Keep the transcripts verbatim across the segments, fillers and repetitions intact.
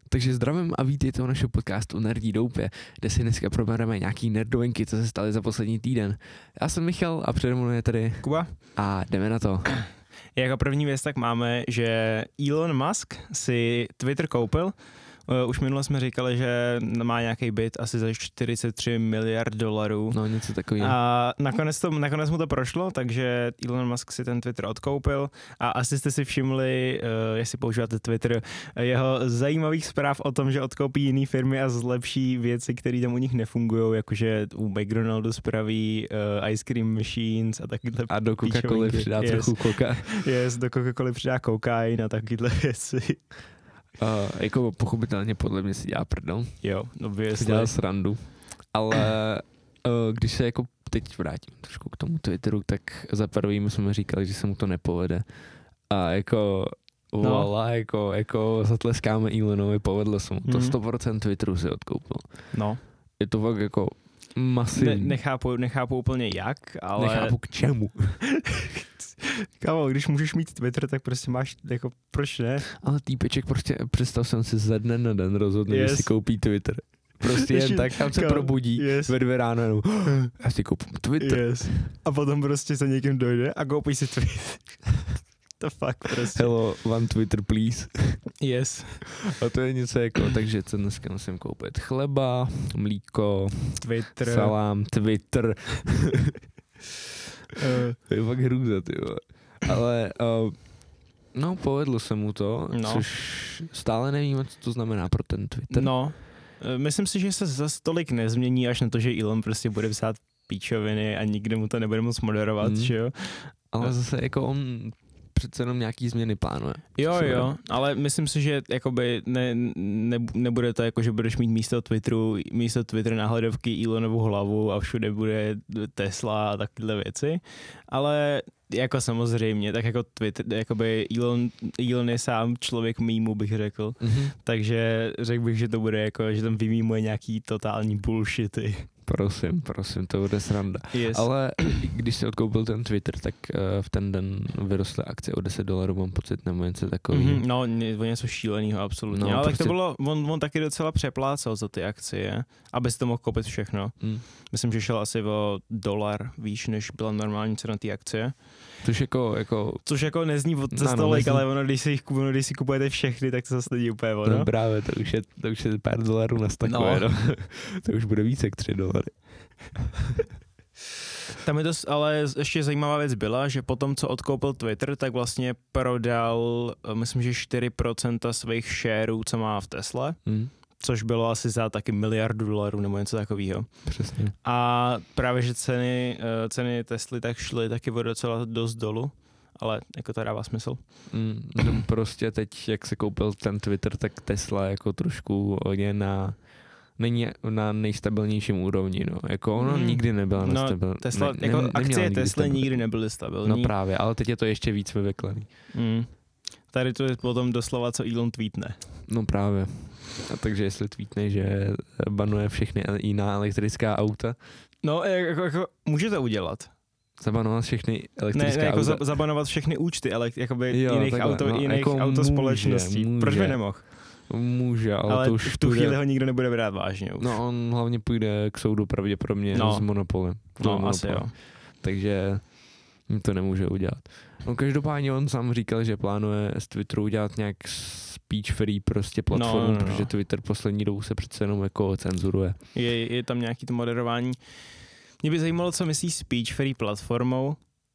Takže zdravím a vítejte u našeho podcastu Nerdí doupě, kde si dneska probereme nějaký nerdovinky, co se staly za poslední týden. Já jsem Michal a přede mnou je tady Kuba. A jdeme na to. Jako první věc tak máme, že Elon Musk si Twitter koupil. Už minule jsme říkali, že má nějaký byt asi za čtyřicet tři miliard dolarů. No něco takového. A nakonec, to, nakonec mu to prošlo, takže Elon Musk si ten Twitter odkoupil a asi jste si všimli, uh, jestli používáte Twitter, jeho zajímavých zpráv o tom, že odkoupí jiné firmy a zlepší věci, které tam u nich nefungují, jakože u McDonaldu spraví uh, ice cream machines a takovýhle. A do Coca-Coly přidá yes. trochu coca. Yes, do Coca-Coly přidá kokain a takovýhle věci. Uh, jako pochopitelně podle mě si dělá prdel. Jo, obviously. Si dělá srandu. Ale uh, když se jako teď vrátím trošku k tomu Twitteru, tak za prvým jsme říkali, že se mu to nepovede. A jako no. voila, jako, jako zatleskáme Elonovi, povedlo se mu. To mm. sto procent Twitteru si odkoupil. No. Je to fakt jako masivní. Ne, nechápu, nechápu úplně jak, ale... Nechápu k čemu. Kámo, když můžeš mít Twitter, tak prostě máš, jako proč ne? Ale týpeček prostě, představ jsem si ze dne na den rozhodne, yes. že si koupí Twitter. Prostě jen tak tam se probudí yes. ve dvě ráno jenom, já si koupím Twitter. Yes. A potom prostě za někým dojde a koupí si Twitter. To fakt prostě. Hello, one Twitter please. Yes. A to je něco jako, takže co dneska musím koupit? Chleba, mlíko, Twitter, salám, Twitter. Uh, to je fakt hrůza, ty vole. Ale uh, no, povedlo se mu to, no. Což stále nevím, co to znamená pro ten Twitter. No, myslím si, že se zas tolik nezmění, až na to, že Elon prostě bude psát píčoviny a nikdo mu to nebude moc moderovat, mm. že jo? Ale a... zase jako on přece jenom nějaký změny plánuje. Jo, jo, ale myslím si, že jakoby ne, ne, nebude to jako, že budeš mít místo Twitteru, místo Twitter náhledovky Elonovu hlavu a všude bude Tesla a takovéhle věci, ale jako samozřejmě, tak jako Twitter, jakoby Elon, Elon je sám člověk mýmu, bych řekl, mm-hmm. takže řekl bych, že to bude jako, že tam vymýmuje nějaký totální bullshity. Prosím, prosím, to bude sranda. Yes. Ale když si odkoupil ten Twitter, tak uh, v ten den vyrostly akcie o deset dolarů, mám pocit, nebo něco takového. Mm-hmm, no, o něco šíleného, absolutně. No, ale prostě... to bylo, on, on taky docela přeplácal za ty akcie, aby si to mohl koupit všechno. Mm. Myslím, že šel asi o dolar výš, než byla normální cena té akcie. Což jako, jako... Což jako nezní od za stolik, ale ono, když si, ono, když si kupujete všechny, tak to zase není úplně ono. No právě, to už je, to už je pár dolarů nastakuje, no. no. To už bude více jak tři dolary. Tam je to, ale ještě zajímavá věc byla, že potom, co odkoupil Twitter, tak vlastně prodal, myslím, že čtyři procenta svých shareů, co má v Tesle, mm. což bylo asi za taky miliardu dolarů nebo něco takového. Přesně. A právě, že ceny, ceny Tesly tak šly taky docela dost dolů, ale jako to dává smysl. Mm, prostě teď, jak se koupil ten Twitter, tak Tesla jako trošku hodně na... není na nejstabilnějším úrovni, no. Jako ono mm. nikdy nebyla no, nestabilní. Tesla, ne, jako ne, akcie Tesly nikdy nebyly stabilní. No právě, ale teď je to ještě víc vyveklaný. Mm. Tady to je potom doslova, co Elon tweetne. No právě. A takže jestli tweetne, že banuje všechny jiná elektrická auta. No, jako, jako může to udělat. Zabanovat všechny elektrická ne, ne, jako auta? zabanovat všechny účty elekt, jakoby jo, jiných, takhle, auto, no, jiných jako autospolečností. Může, Proč by může. nemohl? Může, ale, ale to už v tu půjde... chvíli ho nikdo nebude brát vážně už. No on hlavně půjde k soudu pravděpodobně no. s monopolem. No monopolem. asi jo. Takže to nemůže udělat. No každopádně on sám říkal, že plánuje z Twitteru udělat nějak speech free prostě platformu, no, no, no. protože Twitter poslední dobou se přece jenom jako cenzuruje. Je, je tam nějaký to moderování. Mě by zajímalo, co myslí speech free platformou,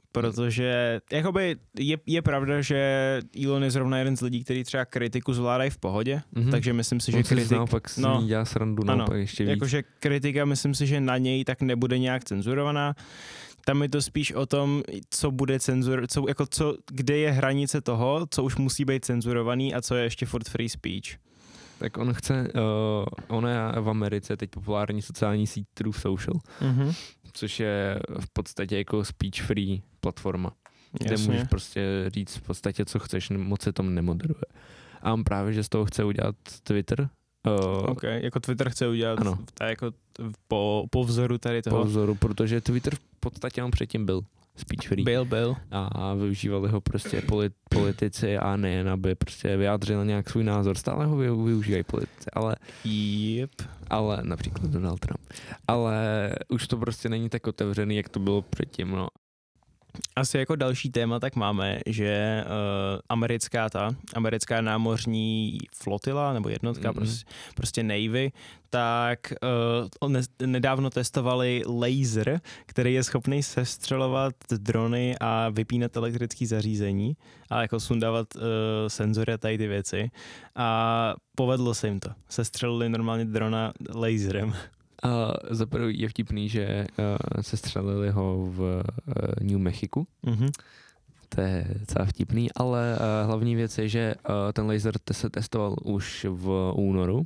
protože jakoby je, je pravda, že Elon je zrovna jeden z lidí, který třeba kritiku zvládají v pohodě, mm-hmm. takže myslím si, že kritik... naopak si no, dělá srandu naopak ještě víc. Jakože kritika, myslím si, že na něj tak nebude nějak cenzurovaná. Tam je to spíš o tom, co bude cenzur, co, jako co, kde je hranice toho, co už musí být cenzurovaný a co je ještě furt free speech. Tak on chce, uh, ona je v Americe teď populární sociální síť Truth Social, mm-hmm. což je v podstatě jako speech free platforma, kde Jasně. můžeš prostě říct v podstatě, co chceš, moc se tom nemoderuje. A on právě, že z toho chce udělat Twitter. Uh, ok, jako Twitter chce udělat ano. jako po, po vzoru tady toho. Po vzoru, protože Twitter v podstatě on předtím byl speech free. Byl, byl. A využívali ho prostě polit, politici a nejen, aby prostě vyjádřili nějak svůj názor. Stále ho využívají politici, ale... Yep. Ale například Donald Trump. Ale už to prostě není tak otevřený, jak to bylo předtím, no. Asi jako další téma tak máme, že uh, americká ta, americká námořní flotila nebo jednotka, mm-hmm. prostě, prostě Navy, tak uh, ne, nedávno testovali laser, který je schopný sestřelovat drony a vypínat elektrické zařízení a jako sundávat uh, senzory a tady ty věci. A povedlo se jim to. Sestřelili normálně drona laserem. A za prvý je vtipný, že uh, se střelili ho v uh, New Mexiku. Mm-hmm. To je docela vtipný, ale uh, hlavní věc je, že uh, ten laser te- se testoval už v únoru,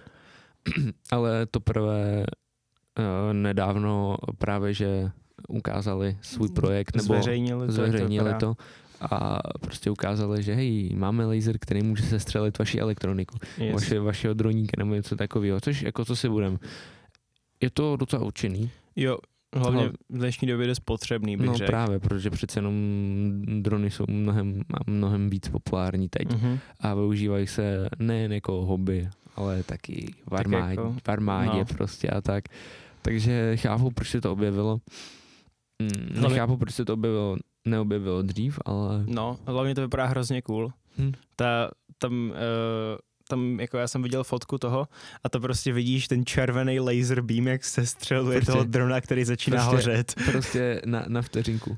ale to prvé uh, nedávno právě, že ukázali svůj projekt, nebo zveřejnili to, zveřejnili to a prostě ukázali, že hej, máme laser, který může sestřelit vaši elektroniku, yes. vaše, vašeho droníka nebo něco takového, což jako co si budeme. Je to docela účinný. Jo, hlavně v dnešní době je spotřebný, bych no, řekl. No právě, protože přece jenom drony jsou mnohem, mnohem víc populární teď uh-huh. a využívají se nejen jako hobby, ale taky v armádě, tak jako, v armádě no. prostě a tak. Takže chápu, proč se to objevilo. Mm, nechápu, proč se to objevilo, neobjevilo dřív, ale... No, hlavně to vypadá hrozně cool. Hmm. Ta, tam... Uh... tam jako já jsem viděl fotku toho a to prostě vidíš ten červený laser beam, jak se střeluje prostě, toho drona, který začíná prostě, hořet. Prostě na, na vteřinku.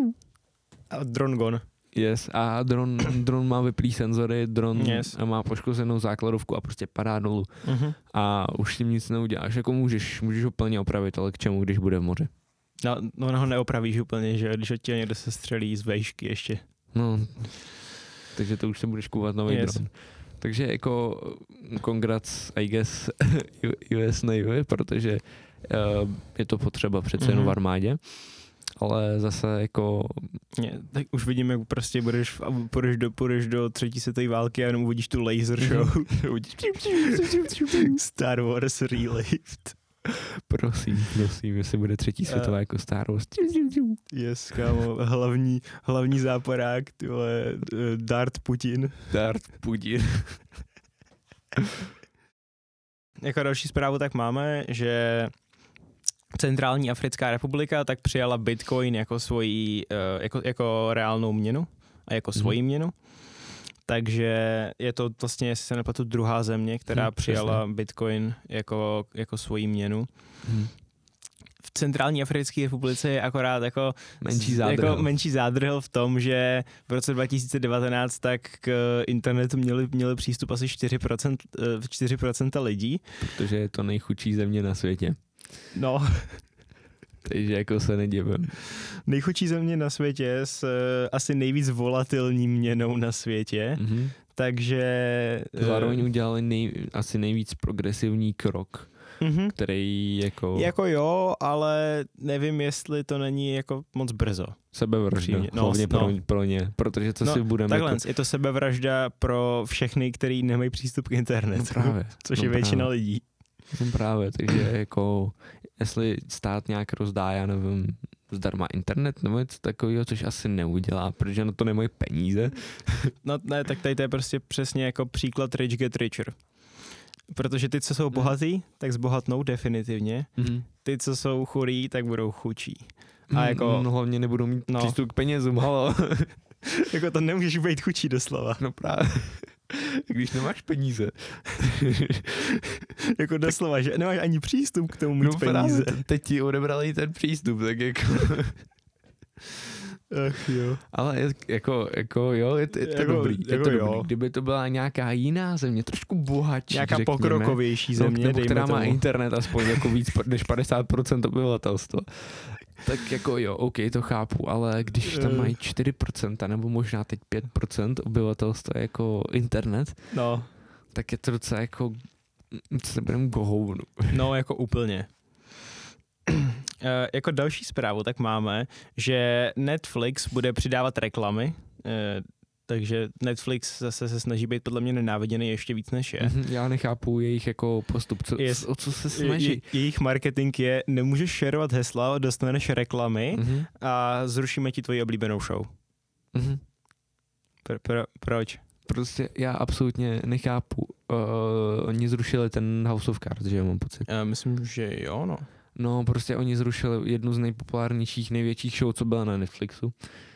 A dron gone. Yes, a dron, dron má vyplý senzory, dron yes. má poškozenou základovku a prostě padá dolů. Uh-huh. A už s tím nic neuděláš. Jako můžeš, můžeš ho plně opravit, ale k čemu, když bude v moři? No, no ho neopravíš úplně, že když od tě někdo se střelí z vejšky ještě. No, takže to už se budeš kouvat nový yes. dron. Takže jako congrats, I guess, U S Navy, protože uh, je to potřeba přece mm-hmm. jen v armádě, ale zase jako... Ne, tak už vidím, jak prostě budeš, půjdeš do, půjdeš do třetí světové války a jenom uvidíš tu laser show. Star Wars Relived. Prosím, prosím, jestli bude třetí světová uh, jako Star Wars. Yes, kámo, hlavní, hlavní záporák, tyhle, Darth Putin. Darth Putin. Jako další zprávu tak máme, že Centrální Africká republika tak přijala Bitcoin jako svoji, jako, jako reálnou měnu a jako svoji mm. měnu. Takže je to vlastně, jestli se nepletu, druhá země, která hmm, přijala přesně. Bitcoin jako, jako svoji měnu. Hmm. V Centrální Africké republice je akorát jako menší zádrhel. Jako menší zádrhel v tom, že v roce dva tisíce devatenáct tak k internetu měli, měli přístup asi čtyři procenta lidí. Protože je to nejchudší země na světě. No. Takže jako se nedivím. Nejchudší země na světě s uh, asi nejvíc volatilní měnou na světě, mm-hmm. takže... Uh, Zároveň udělali nej, asi nejvíc progresivní krok, mm-hmm. který jako... Jako jo, ale nevím, jestli to není jako moc brzo. Sebevražda, no, hlavně no. Pro, pro ně, protože co no, si budeme... Takhle, jako... je to sebevražda pro všechny, kteří nemají přístup k internetu, no právě, což no je právě. většina lidí. No právě, takže jako, jestli stát nějak rozdá, já nevím, zdarma internet nebo něco takového, což asi neudělá, protože na to nemají peníze. No ne, tak tady to je prostě přesně jako příklad rich get richer. Protože ty, co jsou bohatý, tak zbohatnou definitivně. Mm. Ty, co jsou chudí, tak budou chudší. A jako... No hlavně nebudou mít no. přístup k penězům, halo. Jako to nemůžeš být chudší doslova. No právě. Když nemáš peníze. Jako doslova, že nemáš ani přístup k tomu mít no, peníze. Právě, teď ti odebrali ten přístup, tak jako... Ach jo. Ale je, jako, jako jo, je, je to jako, dobrý. Je jako to jo. dobrý. Kdyby to byla nějaká jiná země, trošku bohatší, nějaká řekněme, pokrokovější země, nebo která tomu. má internet aspoň jako víc než padesát procent obyvatelstva. Tak jako jo, OK, to chápu, ale když tam mají čtyři procenta nebo možná teď pět procent obyvatelstva jako internet, no. tak je to docela jako, se budeme gohounu. No, jako úplně. E, jako další zprávu tak máme, že Netflix bude přidávat reklamy, e, takže Netflix zase se snaží být podle mě nenáviděný ještě víc než je. Mm-hmm, já nechápu jejich jako postup, co, yes. o co se snaží. Je, je, jejich marketing je, nemůžeš šerovat hesla, dostaneš reklamy mm-hmm. a zrušíme ti tvoji oblíbenou show. Mm-hmm. Pro, pro, proč? Prostě já absolutně nechápu. Uh, oni zrušili ten House of Cards, že jo, mám pocit. Já myslím, že jo, no. No, prostě oni zrušili jednu z nejpopulárnějších, největších show, co byla na Netflixu.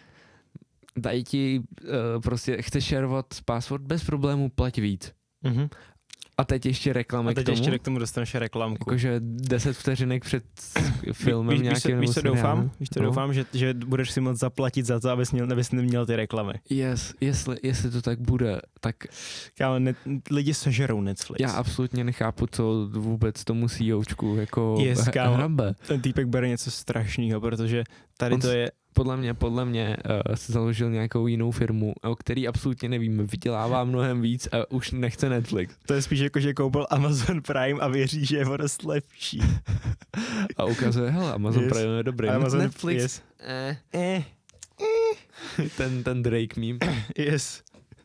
Dají ti, uh, prostě chceš šerovat password bez problému, plať víc. Mm-hmm. A teď ještě reklamy k tomu. A teď k tomu. ještě k tomu dostaneš reklamku. Jakože deset vteřinek před filmem víš, nějakým. Víš, co doufám? Víš, to no. doufám, že, že budeš si moc zaplatit za to, abys, měl, abys neměl ty reklamy. Yes, jestli, jestli to tak bude, tak... Kámo, net, lidi sežerou Netflix. Já absolutně nechápu, co vůbec tomu CEOčku jako yes, kámo, hrabe. Ten týpek bere něco strašného, protože tady On to je... Podle mě, podle mě uh, si založil nějakou jinou firmu, o který absolutně nevím, vydělává mnohem víc a už nechce Netflix. To je spíš jako, že koupil Amazon Prime a věří, že je o dost lepší. A ukazuje, hele, Amazon yes. Prime je dobrý. Amazon, Netflix, yes. eh, eh, eh. ten, ten Drake meme. Yes.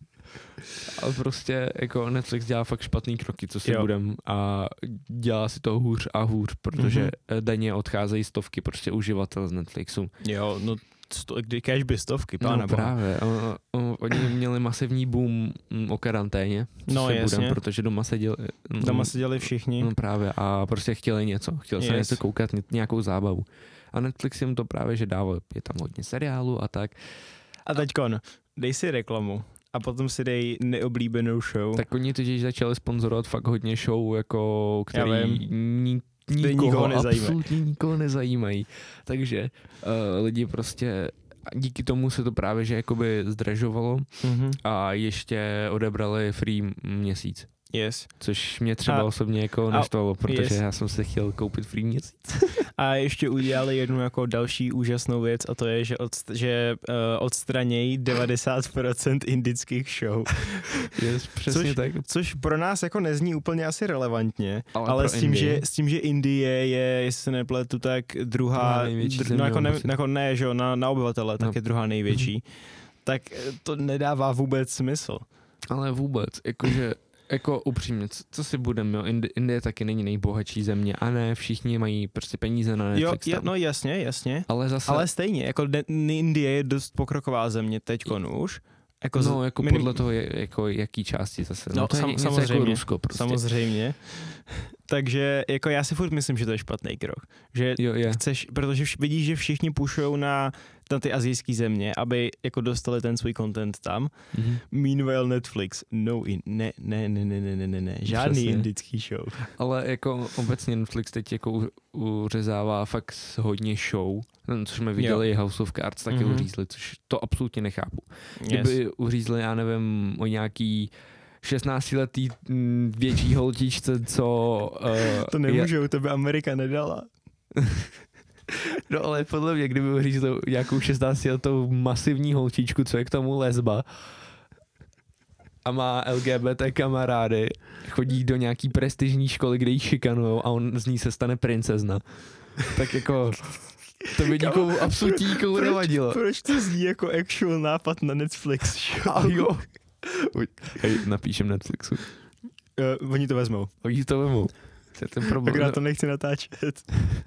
Ale prostě jako Netflix dělá fakt špatný kroky, co si jo. budem, a dělá si to hůř a hůř, protože mm-hmm. denně odcházejí stovky prostě uživatel z Netflixu. Jo, no sto, kdy cash by stovky, pána no, právě. O, o, oni měli masivní boom o karanténě, co no, si jasně. budem, protože doma seděli. No, doma seděli všichni. No právě a prostě chtěli něco, chtěli se yes. něco koukat, nějakou zábavu. A Netflix jim to právě, že dával, je tam hodně seriálu a tak. A teďkon, dej si reklamu. A potom si dej neoblíbenou show. Tak oni totiž začali sponzorovat fakt hodně show, jako, který ní, nikoho, nikoho nezajímají. absolutně nikoho nezajímají. Takže uh, lidi prostě, díky tomu se to právě že jakoby zdražovalo mm-hmm. a ještě odebrali free měsíc. Yes. Což mě třeba a, osobně jako naštvalo, protože yes. já jsem se chtěl koupit free měsíc. A ještě udělali jednu jako další úžasnou věc a to je, že, od, že uh, odstranějí devadesát procent indických show. Yes, přesně což, tak. Což pro nás jako nezní úplně asi relevantně, ale, ale s, tím, že, s tím, že Indie je, jestli se nepletu, tak druhá, dr, no jako ne, jako ne, že jo, na, na obyvatele, tak no. je druhá největší, mm-hmm. tak to nedává vůbec smysl. Ale vůbec, jakože jako upřímně, co, co si budeme, jo, Indie, Indie taky není nejbohatší země a ne, všichni mají prostě peníze na Netflix. Jo, no jasně, jasně, ale, zase, ale stejně, jako de, Indie je dost pokroková země teďkon už. Jako no, jako minim... podle toho, je, jako jaký části zase. No, no to sam, je samozřejmě, jako Rusko prostě. Samozřejmě. Takže jako já si furt myslím, že to je špatný krok. Že jo, je. chceš, protože vš, vidíš, že všichni pušujou na, na ty asijské země, aby jako dostali ten svůj content tam. Mm-hmm. Meanwhile Netflix, no in, ne, ne, ne, ne, ne, ne, ne, žádný Přesně. indický show. Ale jako obecně Netflix teď jako uřezává fakt hodně show, což jsme viděli, jo. House of Cards taky mm-hmm. uřízli, což to absolutně nechápu. Kdyby yes. uřízli, já nevím, o nějaký šestnáctiletý větší holčičce, co... Uh, to nemůžou, je... to by Amerika nedala. No ale podle mě, kdyby uřízli nějakou šestnáctiletou masivní holčičku, co je k tomu lesba a má L G B T kamarády, chodí do nějaký prestižní školy, kde jí šikanujou a on z ní se stane princezna. Tak jako... To by nikomu absolutně nikomu nevadilo. Proč to zní jako actual nápad na Netflix show? A jo. Hej, napíšem Netflixu. Uh, oni to vezmou. Oni to vezmou. To je ten problém. Tak já to nechci natáčet.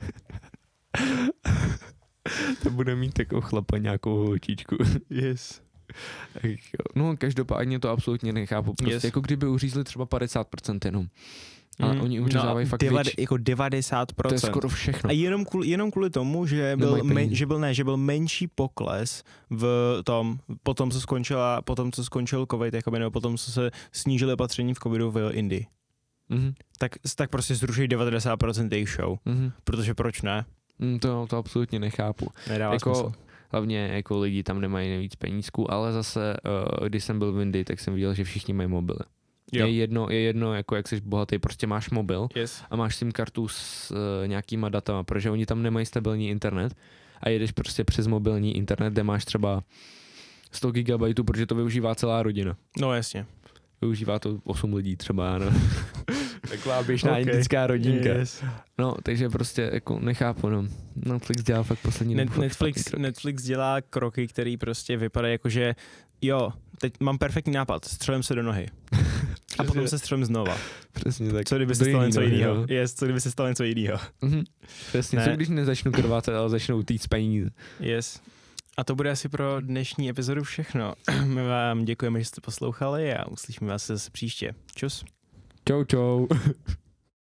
To bude mít jako chlapa nějakou holčičku. Yes. No každopádně to absolutně nechápu. Prostě yes. jako kdyby uřízli třeba padesát procent jenom. A mm, oni uřezávají no, fakt devad, jako devadesát procent. To je skoro všechno. A jenom kvůli, jenom kvůli tomu, že byl, men, že byl ne, že byl menší pokles v tom, potom co skončila, potom co skončil covid, jakoby, nebo potom co se snížily opatření v covidu v Indii. Mm-hmm. Tak, tak prostě zruší devadesát procent jejich show. Mm-hmm. Protože proč ne? Mm, to, to absolutně nechápu. Nedává jako, smysl. Hlavně jako lidi tam nemají nejvíc penízků, ale zase, uh, když jsem byl v Indii, tak jsem viděl, že všichni mají mobily. Je jedno, je jedno, jako jak jsi bohatý, prostě máš mobil yes. a máš SIM kartu s uh, nějakýma datama, protože oni tam nemají stabilní internet a jedeš prostě přes mobilní internet, kde máš třeba sto gigabajtů, protože to využívá celá rodina. No jasně. Využívá to osm lidí třeba, no. Taková běžná okay. indická rodinka. Yes. No, takže prostě jako nechápu, no. Netflix dělá fakt poslední Net, Netflix, Netflix dělá kroky, které prostě vypadají jako, že Jo, teď mám perfektní nápad, střelím se do nohy. A potom se střelím znova. Přesně tak. Co kdyby se stalo něco jiného? Yes, co kdyby se stalo něco jiného? Mm-hmm. Přesně, ne. Co když nezačnu krvácet, ale začnou týct peníze. Yes. A to bude asi pro dnešní epizodu všechno. My vám děkujeme, že jste poslouchali a uslyšíme vás zase příště. Čus. Čau, čau.